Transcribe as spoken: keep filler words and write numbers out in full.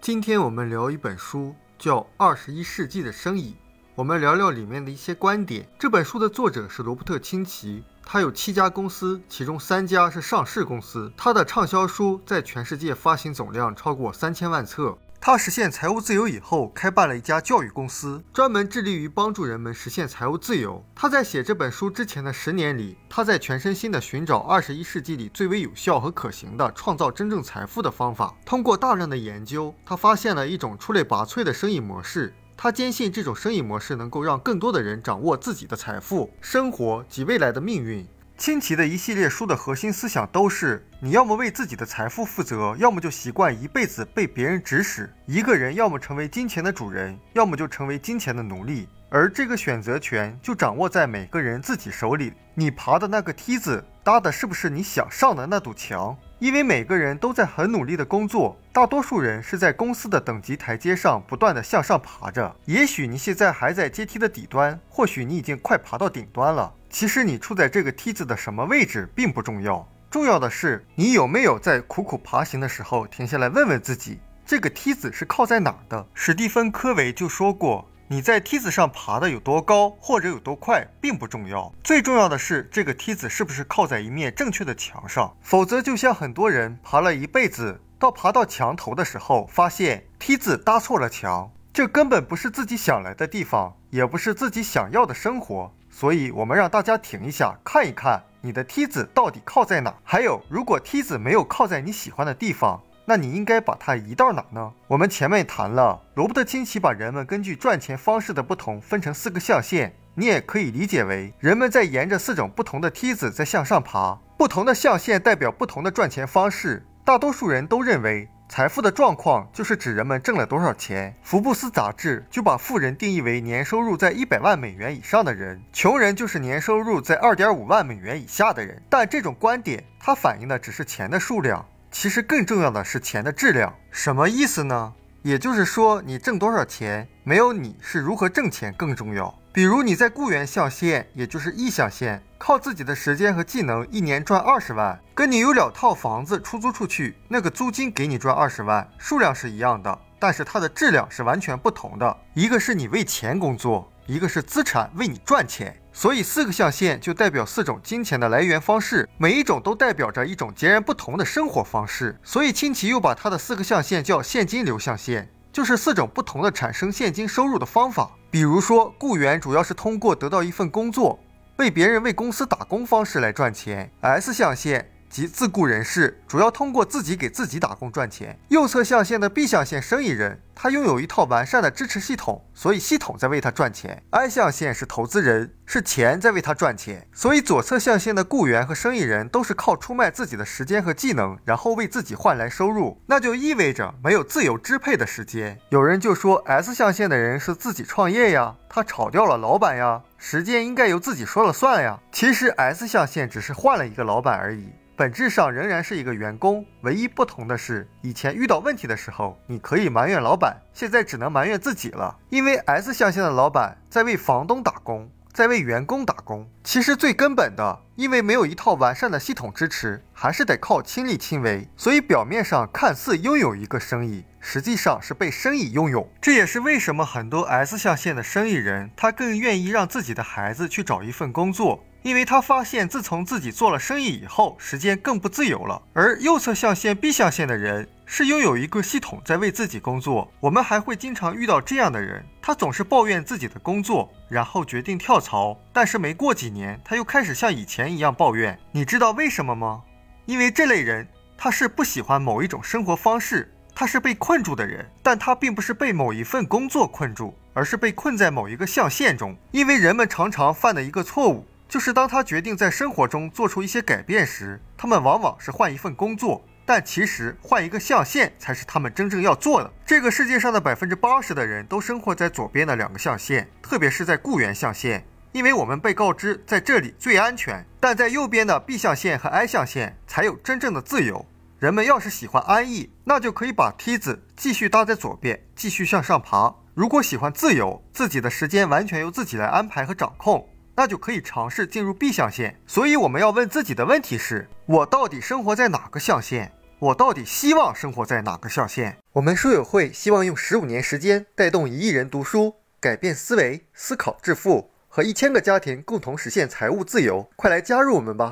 今天我们聊一本书，叫《二十一世纪的生意》，我们聊聊里面的一些观点。这本书的作者是罗伯特清崎，他有七家公司，其中三家是上市公司。他的畅销书在全世界发行总量超过三千万册。他实现财务自由以后，开办了一家教育公司，专门致力于帮助人们实现财务自由。他在写这本书之前的十年里，他在全身心地寻找二十一世纪里最为有效和可行的创造真正财富的方法。通过大量的研究，他发现了一种出类拔萃的生意模式。他坚信这种生意模式能够让更多的人掌握自己的财富、生活及未来的命运。清崎的一系列书的核心思想都是：你要么为自己的财富负责，要么就习惯一辈子被别人指使。一个人要么成为金钱的主人，要么就成为金钱的奴隶。而这个选择权就掌握在每个人自己手里。你爬的那个梯子，搭的是不是你想上的那堵墙？因为每个人都在很努力的工作，大多数人是在公司的等级台阶上不断的向上爬着。也许你现在还在阶梯的底端，或许你已经快爬到顶端了。其实你处在这个梯子的什么位置并不重要，重要的是你有没有在苦苦爬行的时候停下来问问自己，这个梯子是靠在哪儿的？史蒂芬·科维就说过，你在梯子上爬的有多高或者有多快并不重要，最重要的是这个梯子是不是靠在一面正确的墙上。否则就像很多人爬了一辈子，到爬到墙头的时候发现梯子搭错了墙，这根本不是自己想来的地方，也不是自己想要的生活。所以我们让大家停一下，看一看你的梯子到底靠在哪。还有，如果梯子没有靠在你喜欢的地方，那你应该把它移到哪呢？我们前面谈了，罗伯特清崎把人们根据赚钱方式的不同分成四个象限，你也可以理解为人们在沿着四种不同的梯子在向上爬，不同的象限代表不同的赚钱方式。大多数人都认为财富的状况就是指人们挣了多少钱。福布斯杂志就把富人定义为年收入在一百万美元以上的人，穷人就是年收入在二点五万美元以下的人。但这种观点它反映的只是钱的数量，其实更重要的是钱的质量。什么意思呢？也就是说，你挣多少钱没有你是如何挣钱更重要。比如你在雇员象限，也就是一象限，靠自己的时间和技能一年赚二十万，跟你有两套房子出租出去，那个租金给你赚二十万，数量是一样的，但是它的质量是完全不同的。一个是你为钱工作，一个是资产为你赚钱。所以四个象限就代表四种金钱的来源方式，每一种都代表着一种截然不同的生活方式。所以清崎又把他的四个象限叫现金流象限，就是四种不同的产生现金收入的方法。比如说，雇员主要是通过得到一份工作，为别人为公司打工方式来赚钱。 S 象限即自雇人士，主要通过自己给自己打工赚钱。右侧象限的 B 象限生意人，他拥有一套完善的支持系统，所以系统在为他赚钱。I 象限是投资人，是钱在为他赚钱。所以左侧象限的雇员和生意人都是靠出卖自己的时间和技能，然后为自己换来收入，那就意味着没有自由支配的时间。有人就说 S 象限的人是自己创业呀，他炒掉了老板呀，时间应该由自己说了算呀。其实 S 象限只是换了一个老板而已，本质上仍然是一个员工，唯一不同的是，以前遇到问题的时候，你可以埋怨老板，现在只能埋怨自己了。因为 S 象限的老板在为房东打工，在为员工打工。其实最根本的，因为没有一套完善的系统支持，还是得靠亲力亲为，所以表面上看似拥有一个生意，实际上是被生意拥有。这也是为什么很多 S 象限的生意人，他更愿意让自己的孩子去找一份工作，因为他发现自从自己做了生意以后，时间更不自由了。而右侧象限 B 象限的人是拥有一个系统在为自己工作。我们还会经常遇到这样的人，他总是抱怨自己的工作，然后决定跳槽，但是没过几年他又开始像以前一样抱怨。你知道为什么吗？因为这类人他是不喜欢某一种生活方式，他是被困住的人，但他并不是被某一份工作困住，而是被困在某一个象限中。因为人们常常犯的一个错误，就是当他决定在生活中做出一些改变时，他们往往是换一份工作，但其实换一个象限才是他们真正要做的。这个世界上的 百分之八十 的人都生活在左边的两个象限，特别是在雇员象限，因为我们被告知在这里最安全。但在右边的 B 象限和 I 象限才有真正的自由。人们要是喜欢安逸，那就可以把梯子继续搭在左边，继续向上爬。如果喜欢自由，自己的时间完全由自己来安排和掌控，那就可以尝试进入 B 象限。所以我们要问自己的问题是，我到底生活在哪个象限？ 我到底希望生活在哪个象限？我们书友会希望用十五年时间带动一亿人读书，改变思维，思考致富，和一千个家庭共同实现财务自由。快来加入我们吧！